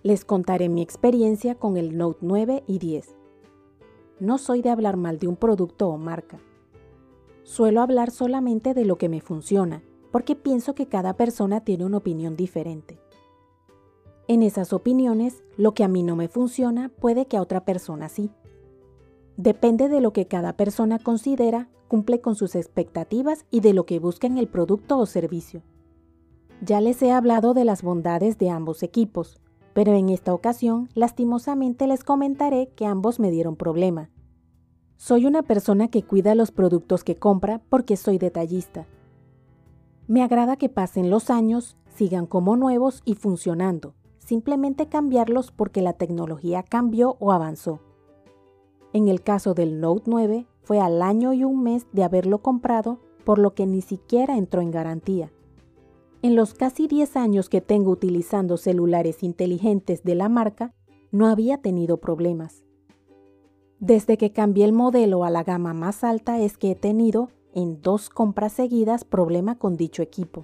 Les contaré mi experiencia con el Note 9 y 10. No soy de hablar mal de un producto o marca. Suelo hablar solamente de lo que me funciona, porque pienso que cada persona tiene una opinión diferente. En esas opiniones, lo que a mí no me funciona puede que a otra persona sí. Depende de lo que cada persona considera, cumple con sus expectativas y de lo que busca en el producto o servicio. Ya les he hablado de las bondades de ambos equipos, pero en esta ocasión, lastimosamente les comentaré que ambos me dieron problema. Soy una persona que cuida los productos que compra porque soy detallista. Me agrada que pasen los años, sigan como nuevos y funcionando, simplemente cambiarlos porque la tecnología cambió o avanzó. En el caso del Note 9, fue al año y un mes de haberlo comprado, por lo que ni siquiera entró en garantía. En los casi 10 años que tengo utilizando celulares inteligentes de la marca, no había tenido problemas. Desde que cambié el modelo a la gama más alta es que he tenido, en 2 compras seguidas, problema con dicho equipo.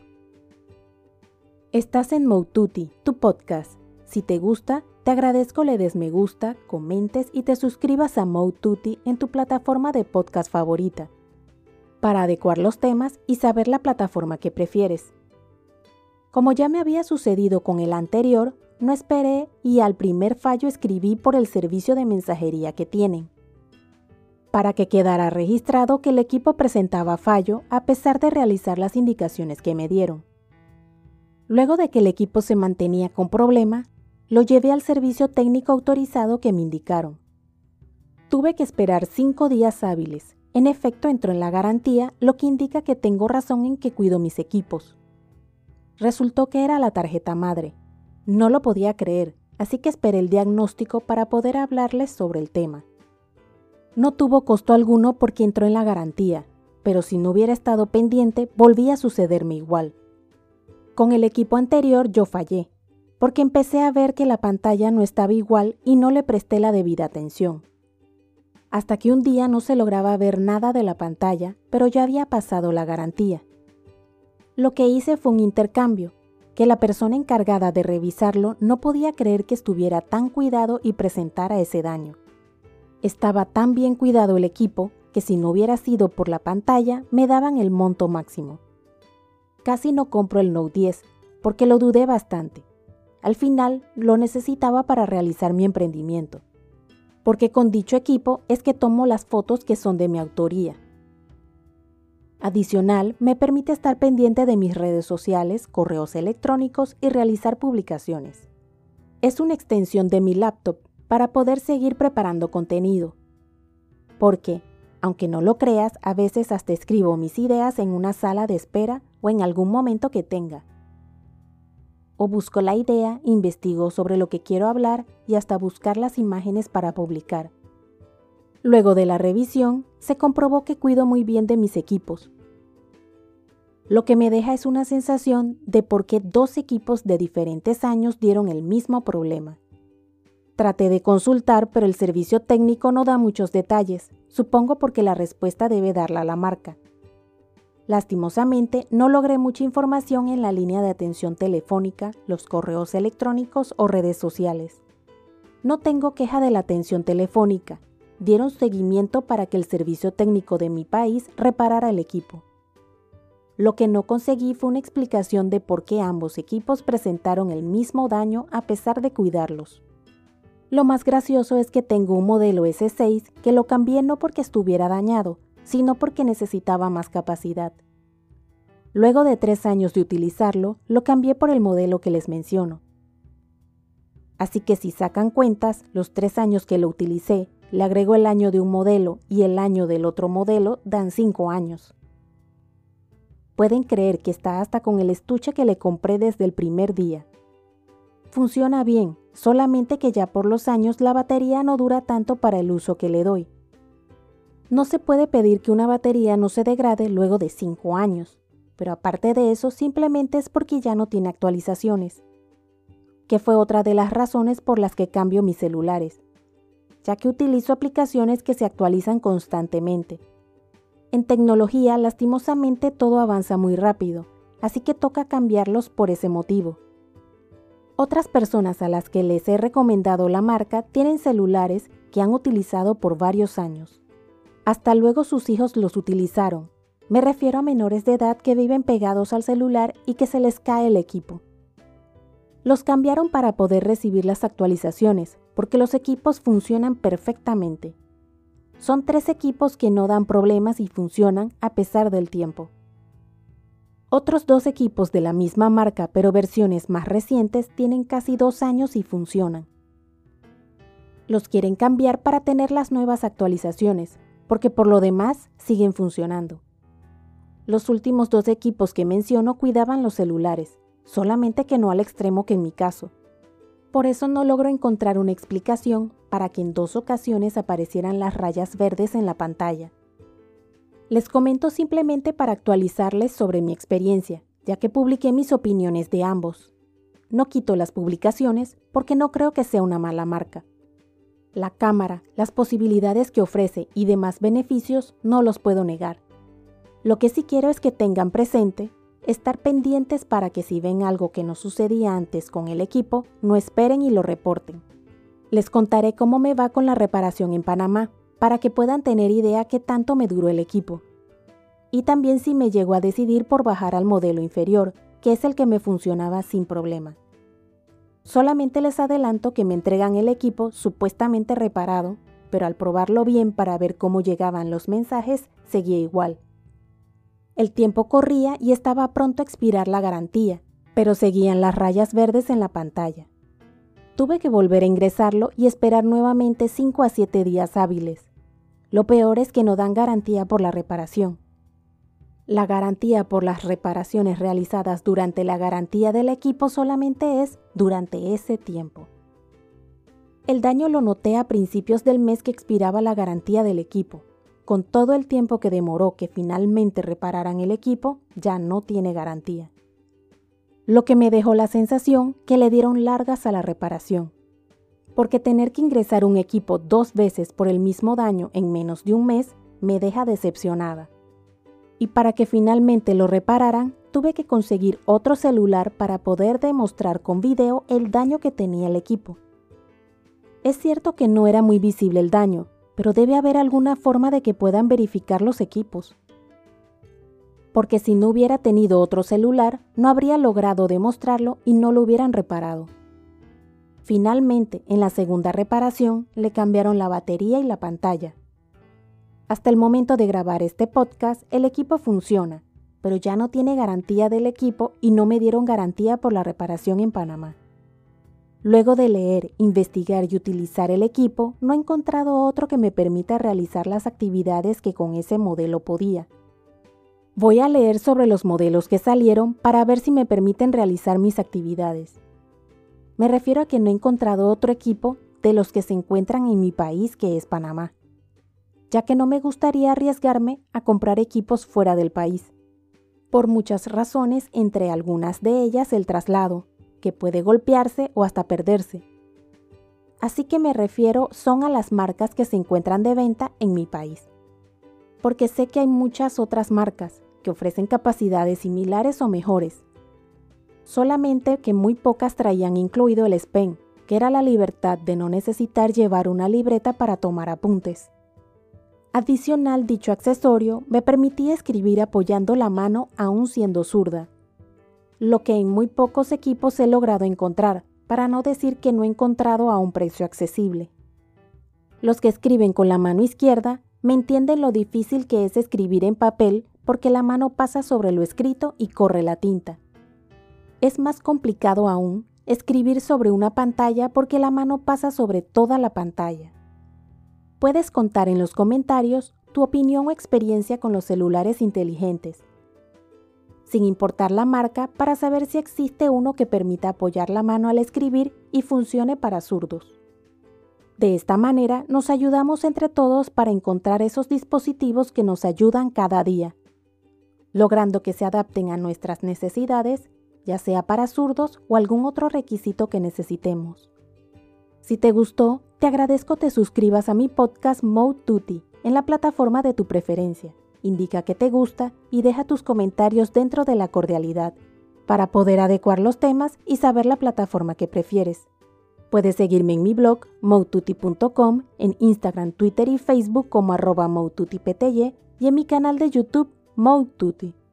Estás en Moututi, tu podcast. Si te gusta, te agradezco le des me gusta, comentes y te suscribas a Moututi en tu plataforma de podcast favorita, para adecuar los temas y saber la plataforma que prefieres. Como ya me había sucedido con el anterior, no esperé y al primer fallo escribí por el servicio de mensajería que tienen, para que quedara registrado que el equipo presentaba fallo a pesar de realizar las indicaciones que me dieron. Luego de que el equipo se mantenía con problema, lo llevé al servicio técnico autorizado que me indicaron. Tuve que esperar 5 días hábiles. En efecto, entró en la garantía, lo que indica que tengo razón en que cuido mis equipos. Resultó que era la tarjeta madre. No lo podía creer, así que esperé el diagnóstico para poder hablarles sobre el tema. No tuvo costo alguno porque entró en la garantía, pero si no hubiera estado pendiente, volvía a sucederme igual. Con el equipo anterior yo fallé, porque empecé a ver que la pantalla no estaba igual y no le presté la debida atención. Hasta que un día no se lograba ver nada de la pantalla, pero ya había pasado la garantía. Lo que hice fue un intercambio, que la persona encargada de revisarlo no podía creer que estuviera tan cuidado y presentara ese daño. Estaba tan bien cuidado el equipo que si no hubiera sido por la pantalla me daban el monto máximo. Casi no compro el Note 10 porque lo dudé bastante. Al final lo necesitaba para realizar mi emprendimiento, porque con dicho equipo es que tomo las fotos que son de mi autoría. Adicional, me permite estar pendiente de mis redes sociales, correos electrónicos y realizar publicaciones. Es una extensión de mi laptop para poder seguir preparando contenido. Porque, aunque no lo creas, a veces hasta escribo mis ideas en una sala de espera o en algún momento que tenga. O busco la idea, investigo sobre lo que quiero hablar y hasta buscar las imágenes para publicar. Luego de la revisión, se comprobó que cuido muy bien de mis equipos. Lo que me deja es una sensación de por qué 2 equipos de diferentes años dieron el mismo problema. Traté de consultar, pero el servicio técnico no da muchos detalles, supongo porque la respuesta debe darla la marca. Lastimosamente, no logré mucha información en la línea de atención telefónica, los correos electrónicos o redes sociales. No tengo queja de la atención telefónica. Dieron seguimiento para que el servicio técnico de mi país reparara el equipo. Lo que no conseguí fue una explicación de por qué ambos equipos presentaron el mismo daño a pesar de cuidarlos. Lo más gracioso es que tengo un modelo S6 que lo cambié no porque estuviera dañado, sino porque necesitaba más capacidad. Luego de 3 años de utilizarlo, lo cambié por el modelo que les menciono. Así que si sacan cuentas, los 3 años que lo utilicé, le agrego el año de un modelo y el año del otro modelo, dan 5 años. Pueden creer que está hasta con el estuche que le compré desde el primer día. Funciona bien, solamente que ya por los años la batería no dura tanto para el uso que le doy. No se puede pedir que una batería no se degrade luego de 5 años, pero aparte de eso simplemente es porque ya no tiene actualizaciones, que fue otra de las razones por las que cambio mis celulares, ya que utilizo aplicaciones que se actualizan constantemente. En tecnología, lastimosamente todo avanza muy rápido, así que toca cambiarlos por ese motivo. Otras personas a las que les he recomendado la marca tienen celulares que han utilizado por varios años. Hasta luego sus hijos los utilizaron. Me refiero a menores de edad que viven pegados al celular y que se les cae el equipo. Los cambiaron para poder recibir las actualizaciones, porque los equipos funcionan perfectamente. Son 3 equipos que no dan problemas y funcionan a pesar del tiempo. Otros 2 equipos de la misma marca, pero versiones más recientes, tienen casi 2 años y funcionan. Los quieren cambiar para tener las nuevas actualizaciones, porque por lo demás siguen funcionando. Los últimos 2 equipos que menciono cuidaban los celulares, solamente que no al extremo que en mi caso. Por eso no logro encontrar una explicación para que en 2 ocasiones aparecieran las rayas verdes en la pantalla. Les comento simplemente para actualizarles sobre mi experiencia, ya que publiqué mis opiniones de ambos. No quito las publicaciones porque no creo que sea una mala marca. La cámara, las posibilidades que ofrece y demás beneficios no los puedo negar. Lo que sí quiero es que tengan presente estar pendientes para que si ven algo que no sucedía antes con el equipo, no esperen y lo reporten. Les contaré cómo me va con la reparación en Panamá, para que puedan tener idea qué tanto me duró el equipo. Y también si me llego a decidir por bajar al modelo inferior, que es el que me funcionaba sin problema. Solamente les adelanto que me entregan el equipo supuestamente reparado, pero al probarlo bien para ver cómo llegaban los mensajes, seguía igual. El tiempo corría y estaba pronto a expirar la garantía, pero seguían las rayas verdes en la pantalla. Tuve que volver a ingresarlo y esperar nuevamente 5 a 7 días hábiles. Lo peor es que no dan garantía por la reparación. La garantía por las reparaciones realizadas durante la garantía del equipo solamente es durante ese tiempo. El daño lo noté a principios del mes que expiraba la garantía del equipo. Con todo el tiempo que demoró que finalmente repararan el equipo, ya no tiene garantía. Lo que me dejó la sensación que le dieron largas a la reparación, porque tener que ingresar un equipo 2 veces por el mismo daño en menos de un mes me deja decepcionada. Y para que finalmente lo repararan, tuve que conseguir otro celular para poder demostrar con video el daño que tenía el equipo. Es cierto que no era muy visible el daño, pero debe haber alguna forma de que puedan verificar los equipos. Porque si no hubiera tenido otro celular, no habría logrado demostrarlo y no lo hubieran reparado. Finalmente, en la segunda reparación, le cambiaron la batería y la pantalla. Hasta el momento de grabar este podcast, el equipo funciona, pero ya no tiene garantía del equipo y no me dieron garantía por la reparación en Panamá. Luego de leer, investigar y utilizar el equipo, no he encontrado otro que me permita realizar las actividades que con ese modelo podía. Voy a leer sobre los modelos que salieron para ver si me permiten realizar mis actividades. Me refiero a que no he encontrado otro equipo de los que se encuentran en mi país, que es Panamá, ya que no me gustaría arriesgarme a comprar equipos fuera del país, por muchas razones, entre algunas de ellas el traslado, que puede golpearse o hasta perderse. Así que me refiero son a las marcas que se encuentran de venta en mi país, porque sé que hay muchas otras marcas que ofrecen capacidades similares o mejores, solamente que muy pocas traían incluido el S Pen, que era la libertad de no necesitar llevar una libreta para tomar apuntes. Adicional, dicho accesorio me permitía escribir apoyando la mano aún siendo zurda, lo que en muy pocos equipos he logrado encontrar, para no decir que no he encontrado a un precio accesible. Los que escriben con la mano izquierda me entienden lo difícil que es escribir en papel porque la mano pasa sobre lo escrito y corre la tinta. Es más complicado aún escribir sobre una pantalla porque la mano pasa sobre toda la pantalla. Puedes contar en los comentarios tu opinión o experiencia con los celulares inteligentes, sin importar la marca, para saber si existe uno que permita apoyar la mano al escribir y funcione para zurdos. De esta manera nos ayudamos entre todos para encontrar esos dispositivos que nos ayudan cada día, logrando que se adapten a nuestras necesidades, ya sea para zurdos o algún otro requisito que necesitemos. Si te gustó, te agradezco te suscribas a mi podcast Mode Tutti en la plataforma de tu preferencia. Indica que te gusta y deja tus comentarios dentro de la cordialidad. para poder adecuar los temas y saber la plataforma que prefieres. Puedes seguirme en mi blog moututi.com, en Instagram, Twitter y Facebook como @moututipty y en mi canal de YouTube Moututi.